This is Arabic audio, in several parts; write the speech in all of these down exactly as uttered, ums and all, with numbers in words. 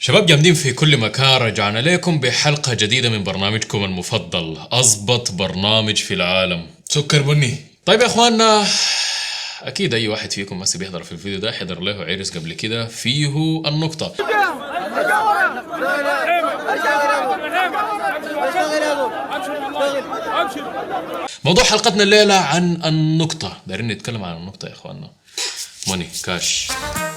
شباب جامدين في كل مكان، رجعنا لكم بحلقة جديدة من برنامجكم المفضل، أضبط برنامج في العالم، سكر بني. طيب يا اخواننا، اكيد اي واحد فيكم هسه بيحضر في الفيديو ده حضر له عرس قبل كده فيه النقطة. موضوع حلقتنا الليلة عن النقطة، دايرين نتكلم عن النقطة يا اخواننا. ماني كاش.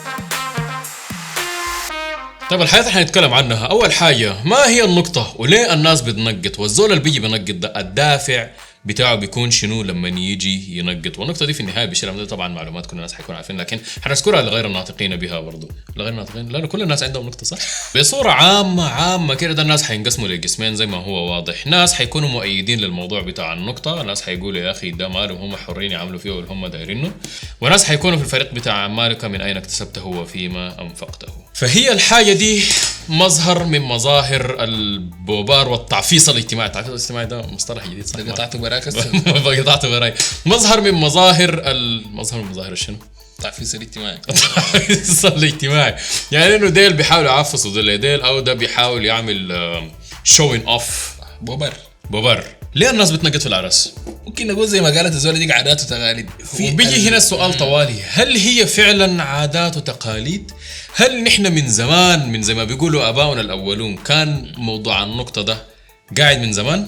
طيب الحياة اللي حنتكلم عنها، أول حاجة ما هي النقطة وليه الناس بتنقط، والزول اللي بيجي بينقط ده الدافع بتاعه بيكون شنو لما يجي ينقط، والنقطة دي في النهاية بيشيل طبعا معلومات كل الناس حيكونوا عارفين، لكن حنذكرها لغير الناطقين بها برضو. لغير الناطقين لا كل الناس عندهم نقطة صح؟ بصورة عامة عامة كده الناس حينقسموا لقسمين زي ما هو واضح، ناس حيكونوا مؤيدين للموضوع بتاع النقطة، ناس حيقولوا يا أخي ده مالهم هم حرين يعملوا فيه واللي هم دايرينه، وناس حيكونوا في الفريق بتاع مالك من أين اكتسبته وفيما أنفقته. فهي الحاجة دي مظهر من مظاهر البوبار والتعفيص الاجتماعي. التعفيص الاجتماعي ده مصطلح جديد صح؟ قطعته براكس. قطعته براي. مظهر من مظاهر المظهر من مظاهر شنو؟ التعفيص الاجتماعي. التعفيص الاجتماعي، يعني انه ديل بيحاولوا يعفصوا ديل ديل او ده بيحاول يعمل شوين اوف. بوبر بوبر. ليه الناس بتنقط في العرس؟ ممكن نقول زي ما قالت الزول دي عادات وتقاليد. وبيجي هنا السؤال طوالي، هل هي فعلا عادات وتقاليد؟ هل نحن من زمان من زي ما بيقولوا اباؤنا الاولون كان موضوع النقطة ده قاعد من زمان؟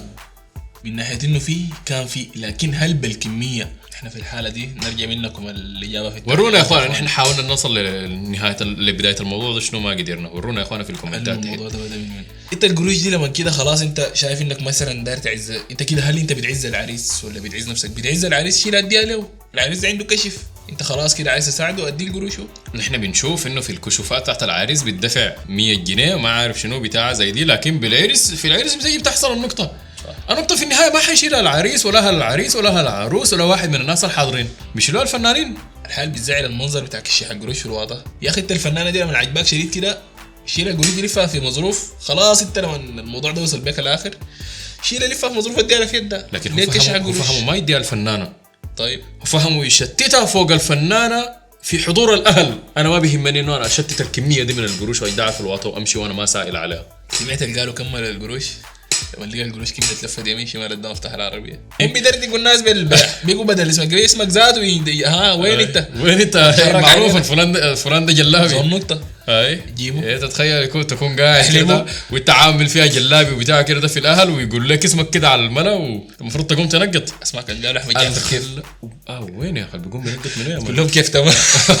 من ناحية انه فيه كان فيه، لكن هل بالكمية؟ احنا في الحالة دي نرجع منكم الإجابة في ورونا يا اخوانا، نحن حاولنا نوصل لنهاية لبداية الموضوع ده شنو ما قدرنا، ورونا يا اخوانا في الكومنتات. الموضوع ده بدا من وين؟ انت القروش دي لما كده خلاص انت شايف انك مثلا داير تعز، انت كده هل انت بتعز العريس ولا بتعز نفسك؟ بتعز العريس شيل اديها له، العريس ده عنده كشف، انت خلاص كده عايز تساعده ادي القروش. نحن بنشوف انه في الكشوفات تحت العريس بتدفع مية جنيه وما عارف شنو بتاع زي دي، لكن بالعرس في العرس زي بتحصل النقطة. النقطة في النهاية ما حيشيلها العريس ولا العريس ولا العروس ولا واحد من الناس الحاضرين، بيشيلوها الفنانين. الحال بتزعل المنظر بتاع كشي حق قروش في الواضح. يا اخي انت الفنانة دي لما عجباك شديد كده شيل القروش دي لفها في مظروف، خلاص انت لما الموضوع ده وصل بيك الاخر شيل لفها في مظروف اديها في يدها. لكن هم فهموا, فهموا ما يديها الفنانة. طيب وفهموا يشتتها فوق الفنانة في حضور الاهل. انا ما بيهمني انه انا اشتت الكمية دي من القروش وايداها في الواطة وامشي وانا ما سائل عليها. سمعت اللي قالوا كمل القروش لما لقى القروش كيف تلفت يمين شمال قدام افتح العربيه هم بيدردقوا الناس بالبيع بيقوا بدل اسمك اسمك ذاته ها وين انت وين انت معروف الفلان الفلان ده جلابي زون نقطه اي جيبه. ايه تتخيل يكون تكون قاعد كده وانت عامل فيها جلابي وبتاع كده في الاهل ويقول لك اسمك كده على الملا والمفروض تقوم تنقط. اسمع كان قال احمد جعفر كيف اه وين يا اخي بيقوم ينقط من وين؟ قول لهم كيف تمام.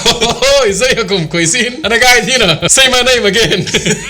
ازيكم كويسين؟ انا قاعد هنا سي ما نايم اجين.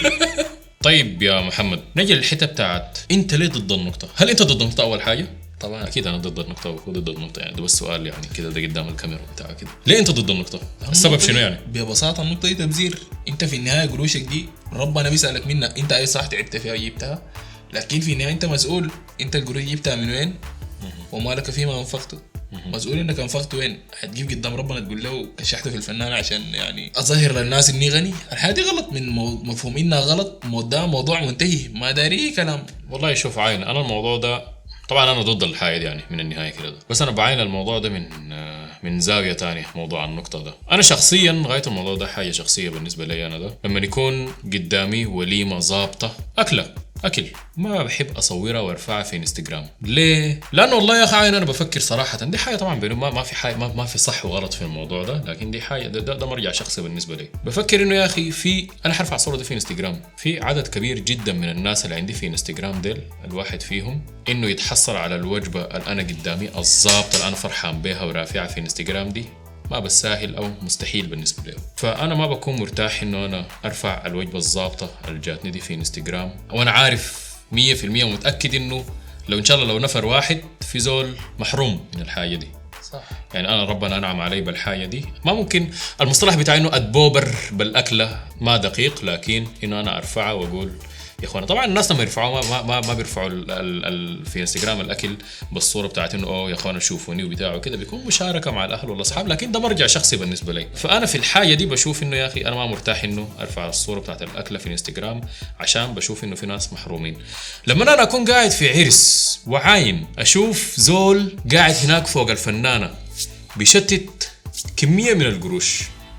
طيب يا محمد نجي للحته بتاعت انت ليه ضد النقطه؟ هل انت ضد النقطه اول حاجه؟ طبعا اكيد انا ضد النقطه وهو ضد النقطه، يعني ده بس سؤال يعني كده ده قدام الكاميرا بتاعك كده. ليه انت ضد النقطه؟ السبب شنو يعني؟ ببساطه النقطه دي تبذير. انت في النهايه قروشك دي ربنا بيسالك منها، انت اي صح تعبت فيها وجبتها، لكن في النهايه انت مسؤول. انت القروش جبتها من وين وما لك فيما انفقته، مسؤول انك انفقت وين. هتجيب قدام ربنا تقول له كشحت في الفنان عشان يعني اظهر للناس اني غني؟ الحاجه دي غلط من مفهوم انها غلط. ده موضوع منتهي ما داري كلام. والله شوف عين انا الموضوع ده طبعا انا ضد الحاجه دي يعني من النهايه كده، بس انا بعين الموضوع ده من من زاويه تانية. موضوع النقطه ده انا شخصيا غايه الموضوع ده حاجه شخصيه بالنسبه لي انا، ده لما يكون قدامي وليمه ظابطه اكله اكل ما بحب اصورها وارفعها في انستغرام. ليه؟ لانه والله يا اخي عين انا بفكر صراحه دي حاجه طبعا ما ما في حاجه ما, ما في صح وغلط في الموضوع ده، لكن دي حاجه ده, ده, ده مرجع شخصي بالنسبه لي. بفكر انه يا اخي في انا حرفع الصوره دي في انستغرام، في عدد كبير جدا من الناس اللي عندي في انستغرام ديل الواحد فيهم انه يتحصل على الوجبه اللي انا قدامي الظابطه اللي انا فرحان بها ورافعها في انستغرام دي ما بسهل او مستحيل بالنسبه له. فانا ما بكون مرتاح انه انا ارفع الوجبه الظابطه اللي جاتني دي في انستغرام وانا عارف مية في المية ومتاكد انه لو ان شاء الله لو نفر واحد في زول محروم من الحاجه دي. صح. يعني انا ربنا انعم علي بالحاجه دي. ما ممكن المصطلح بتاعي انه اتبوبر بالاكله ما دقيق، لكن انه انا ارفعها واقول يا اخوانا. طبعا الناس لما يرفعوا ما ما ما بيرفعوا ال ال ال في انستغرام الاكل بالصوره بتاعت انه اوه يا اخوانا شوفوني وبتاعه كده، بيكون مشاركه مع الاهل والاصحاب، لكن ده مرجع شخصي بالنسبه لي. فانا في الحاجه دي بشوف انه يا اخي انا ما مرتاح انه ارفع الصوره بتاعت الاكله في انستغرام عشان بشوف انه في ناس محرومين. لما انا اكون قاعد في عرس وعاين اشوف زول قاعد هناك فوق الفنانه بيشتت كميه من القروش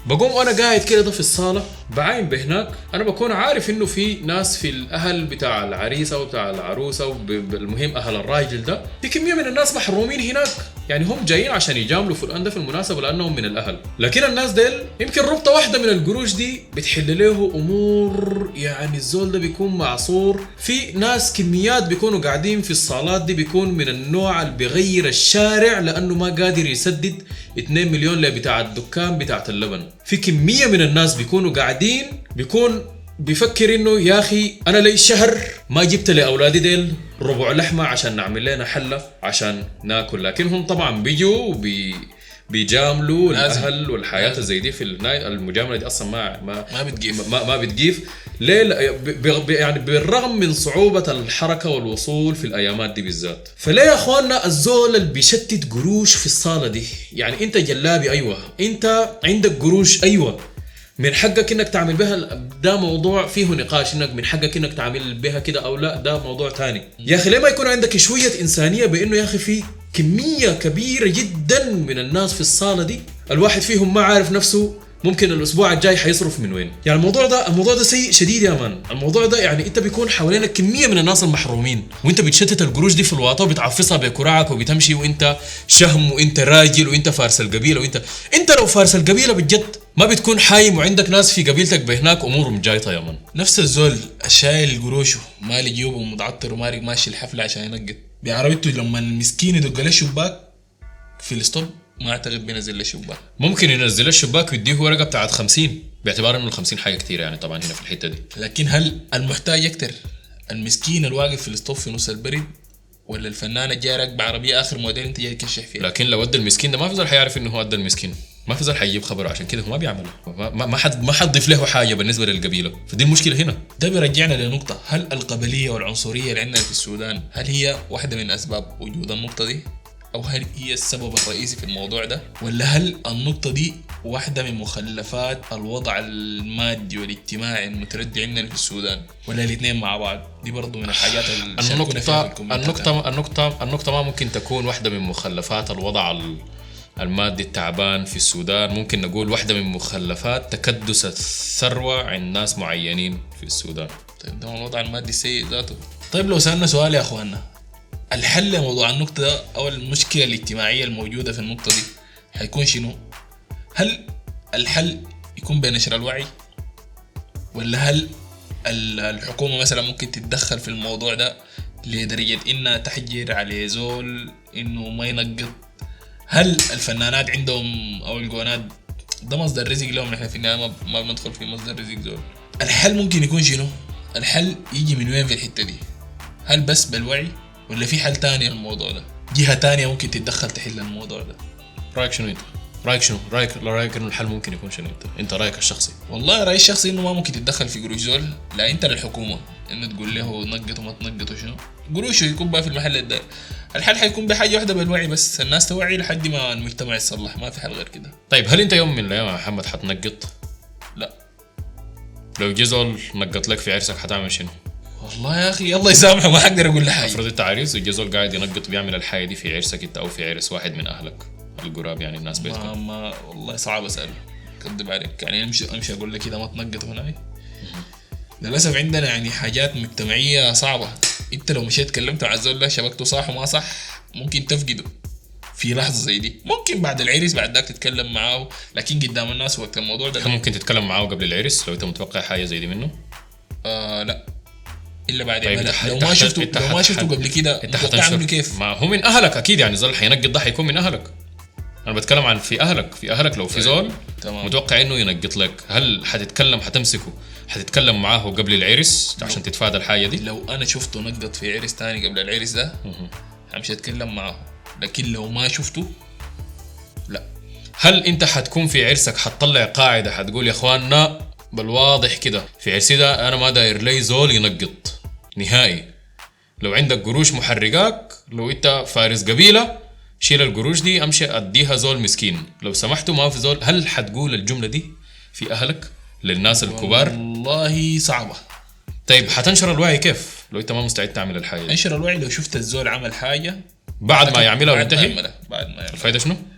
بقوم انا قاعد كده في الصاله بعاين بهناك، انا بكون عارف انه في ناس في الاهل بتاع العريس او بتاع العروسه والمهم اهل الراجل ده، في كميه من الناس محرومين هناك، يعني هم جايين عشان يجاملوا فلان ده في المناسبه لانهم من الاهل، لكن الناس ديل يمكن ربطه واحده من القروش دي بتحل له امور، يعني الزول ده بيكون معصور. في ناس كميات بيكونوا قاعدين في الصالات دي بيكون من النوع اللي بيغير الشارع لانه ما قادر يسدد اثنين مليون اللي بتاع الدكان بتاعت اللبن. في كميه من الناس بيكونوا قاعدين بيكون بيفكر انه يا اخي انا لي شهر ما جبت لاولادي ديل ربع لحمه عشان نعمل لنا حله عشان ناكل، لكنهم طبعا بيجوا وبي بيجاملوا الاهل والحياه زي دي في المجامله دي اصلا ما ما ما بتجيف ما, ما بتجيف ليه؟ يعني بالرغم من صعوبه الحركه والوصول في الايامات دي بالذات. فليه يا اخواننا الزول اللي بيشتت قروش في الصاله دي؟ يعني انت جلابي ايوه، انت عندك قروش ايوه، من حقك انك تعمل بها، ده موضوع فيه نقاش، انك من حقك انك تعمل بها كده او لا، ده موضوع تاني. يا اخي ليه ما يكون عندك شويه انسانيه بانه يا اخي في كميه كبيره جدا من الناس في الصاله دي الواحد فيهم ما عارف نفسه ممكن الاسبوع الجاي حيصرف من وين. يعني الموضوع ده الموضوع ده سيء شديد يا مان. الموضوع ده يعني انت بيكون حوالينك كميه من الناس المحرومين وانت بتشتت القروش دي في الواطه وبتعفصها بكراعك وبتمشي وانت شهم وانت راجل وانت فارس القبيله، وانت انت لو فارس القبيله بجد ما بتكون حايم وعندك ناس في قبيلتك بهناك امورهم جايطه يا مان. نفس الزول شايل قروشه مالي جيوبه ومتعطر ومارق ماشي الحفله عشان ينقط بعربيته، لما المسكين يدق له شباك في الستوب ما اعتقد بينزل له شباك، ممكن ينزل له الشباك ويديه ورقه بتاعت خمسين باعتبار انه ال خمسين حاجه كتير يعني طبعا هنا في الحته دي. لكن هل المحتاج اكتر المسكين الواقف في الستوب في نص البرد ولا الفنان الجاي راكب بعربيه اخر موديل انت جاي تكشح فيها؟ لكن لو ادى المسكين ده ما في زول حيعرف انه هو ادى المسكين، ما في زول حيجيب خبره، عشان كده هو ما بيعمله، ما, ما حد ما حد ضيف له حاجه بالنسبه للقبيله، فدي المشكله هنا. ده بيرجعنا لنقطه، هل القبليه والعنصريه اللي عندنا في السودان هل هي واحده من اسباب وجود النقطه دي؟ أو هل هي السبب الرئيسي في الموضوع ده؟ ولا هل النقطة دي واحدة من مخلفات الوضع المادي والاجتماعي المتردي عندنا في السودان؟ ولا الاثنين مع بعض؟ دي برضو من الحاجات اللي النقطة النقطة النقطة النقطة ما ممكن تكون واحدة من مخلفات الوضع المادي التعبان في السودان، ممكن نقول واحدة من مخلفات تكدس الثروة عند ناس معينين في السودان. طيب ده الوضع المادي السيء ذاته. طيب لو سألنا سؤال يا أخواننا، الحل لموضوع النقطة ده أو المشكلة الاجتماعية الموجودة في النقطة دي حيكون شنو؟ هل الحل يكون بنشر الوعي؟ ولا هل الحكومة مثلا ممكن تتدخل في الموضوع ده لدرجة إنها تحجر على زول إنه ما ينقط؟ هل الفنانات عندهم أو القوانات ده مصدر رزق لهم؟ نحن في النهاية ما بندخل في مصدر رزق زول. الحل ممكن يكون شنو؟ الحل يجي من وين في الحتة دي؟ هل بس بالوعي؟ ولا في حل تاني الموضوع ده؟ جهة تانية ممكن تتدخل تحل الموضوع ده؟ رأيك شنو انت؟ رأيك شنو؟ رأيك لا رأيك انه الحل ممكن يكون شنو انت؟ انت رأيك الشخصي؟ والله رأيي الشخصي انه ما ممكن تتدخل في قروش زول، لا انت للحكومة انه تقول له نقط وما تنقط وشنو؟ قروشه يكون بقى في المحل الدائر. الحل حيكون بحاجة واحدة بالوعي بس، الناس توعي لحد ما المجتمع يتصلح، ما في حل غير كده. طيب هل انت يوم من الايام يا محمد حتنقط؟ لا. لو جه زول نقط لك في عرسك حتعمل شنو؟ والله يا اخي الله يسامحه ما حقدر اقول له حاجه. افرض انت عريس وجا زول قاعد ينقط بيعمل الحاجه دي في عرسك انت او في عرس واحد من اهلك القراب يعني الناس بيتكم. ما, ما والله صعب اساله، كذب عليك يعني امشي امشي اقول لك كده ما تنقط هنا. للاسف عندنا يعني حاجات مجتمعيه صعبه، انت لو مشيت كلمت مع الزول ده شبكته صح وما صح ممكن تفقده في لحظه زي دي. ممكن بعد العرس بعد ذاك تتكلم معاه، لكن قدام الناس وقت الموضوع ده ممكن تتكلم معاه قبل العرس لو انت متوقع حاجه زي دي منه. آه لا الا بعد طيب لو ما شفته لو ما شفته قبل كده انت حتعمل كيف؟ ما هو من اهلك اكيد يعني زول حينقط ده حيكون من اهلك. انا بتكلم عن في اهلك في اهلك لو في زول متوقع انه ينقط لك، هل حتتكلم حتمسكه حتتكلم معاه قبل العرس عشان تتفادى الحاجه دي؟ لو انا شفته نقط في عرس تاني قبل العرس ده همشي اتكلم معاه، لكن لو ما شفته لا. هل انت حتكون في عرسك حتطلع قاعده حتقول يا اخواننا بالواضح كده في عرسي ده انا ما داير لي زول ينقط نهائي، لو عندك قروش محرقاك لو انت فارس قبيله شيل القروش دي امشي اديها زول مسكين لو سمحتوا ما في زول؟ هل حتقول الجمله دي في اهلك للناس الكبار؟ والله صعبه. طيب حتنشر الوعي كيف لو انت ما مستعد تعمل الحاجه دي؟ انشر الوعي لو شفت الزول عمل حاجه بعد ما يعملها وينتهي. بعد ما يعملها الفايده شنو؟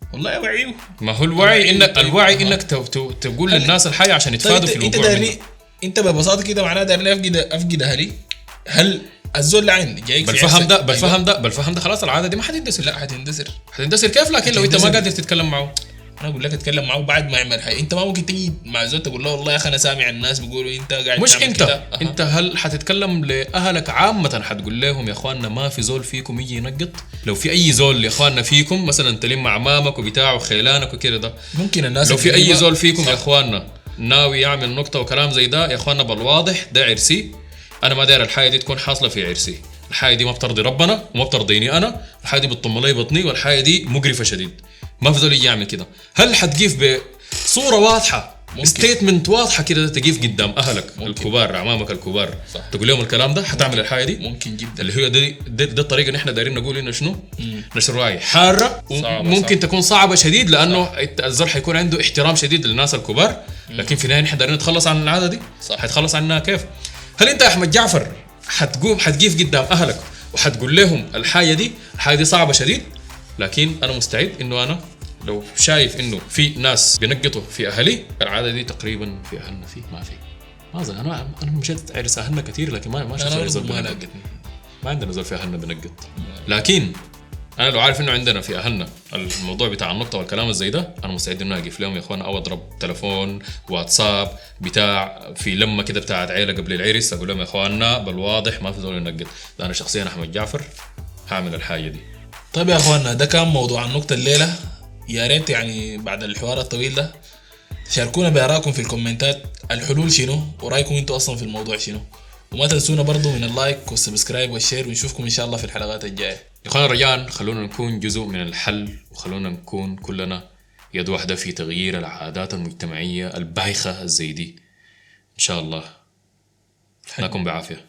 والله اوعيه. ما هو الوعي انك الوعي انك ت- ت- تقول للناس الحاجه عشان يتفادوا في طيب انت الوقوع دارني منه. انت ببساطه كده معناه دارني افقد افقد اهلي. هل الزول اللي عندي جايك في بالفهم عرسك؟ ده بالفهم ده بالفهم ده خلاص العاده دي ما حتندسر. لا حتندسر. حتندسر كيف؟ لكن لو انت ما حتندسر. قادر تتكلم معه. انا اقول لك اتكلم معه بعد ما يعمل حاجه. انت ما ممكن تيجي مع زول تقول له والله يا اخي انا سامع الناس بيقولوا انت قاعد مش تعمل انت كده. أه. انت هل حتتكلم لاهلك عامه حتقول لهم يا اخواننا ما في زول فيكم يجي ينقط؟ لو في اي زول يا اخواننا فيكم مثلا تلم مع عمامك وبتاع وخيلانك وكده ده، ممكن الناس لو في اي القديمة- زول فيكم صح. يا اخواننا ناوي يعمل نقطه وكلام زي ده، يا اخواننا بالواضح ده عرسي، انا ما داير الحاجه دي تكون حاصله في عرسي، الحاجه دي ما بترضي ربنا وما بترضيني انا، الحاجه دي بتطم لي بطني والحاجه دي مقرفه شديد. ما في زول يجي يعمل كده. هل حتقيف بصوره واضحه ستيتمنت واضحه كده تقيف قدام اهلك ممكن. الكبار عمامك الكبار صح. تقول لهم الكلام ده؟ حتعمل الحاجه دي؟ ممكن جدا. اللي هي دي, دي, دي الطريقه اللي احنا دايرين نقول انه شنو؟ نشر وعي حاره صعبة ممكن صعبة. تكون صعبه شديد لانه الزول حيكون عنده احترام شديد للناس الكبار، لكن في النهايه نحن دايرين نتخلص عن العاده دي. صح. حيتخلص عنها كيف؟ هل انت يا احمد جعفر حتقوم حتقيف قدام اهلك وحتقول لهم الحاجه دي الحاجه دي صعبه شديد، لكن انا مستعد انه انا لو شايف انه في ناس بينقطوا في اهلي العاده دي تقريبا في اهلنا فيه ما في ما زي انا انا مشيت عرس اهلنا كثير لكن ما ما شفت انا عرس برضو ما بينقط. لاقيت. ما عندنا زول في اهلنا بنقط، لكن انا لو عارف انه عندنا في اهلنا الموضوع بتاع النقطه والكلام الزي ده انا مستعد انه اقف لهم يا اخوانا او اضرب تلفون واتساب بتاع في لمه كده بتاعت عيله قبل العرس اقول لهم يا اخوانا بالواضح ما في زول ينقط. ده انا شخصيا احمد جعفر هعمل الحاجه دي. طيب يا اخواننا ده كان موضوع النقطه الليله. يا ريت يعني بعد الحوار الطويل ده شاركونا بآرائكم في الكومنتات، الحلول شنو ورايكم انتوا اصلا في الموضوع شنو، وما تنسونا برضو من اللايك والسبسكرايب والشير، ونشوفكم ان شاء الله في الحلقات الجايه. يا اخوانا رجاء خلونا نكون جزء من الحل وخلونا نكون كلنا يد واحده في تغيير العادات المجتمعيه البايخه زي دي ان شاء الله. نكون بعافيه.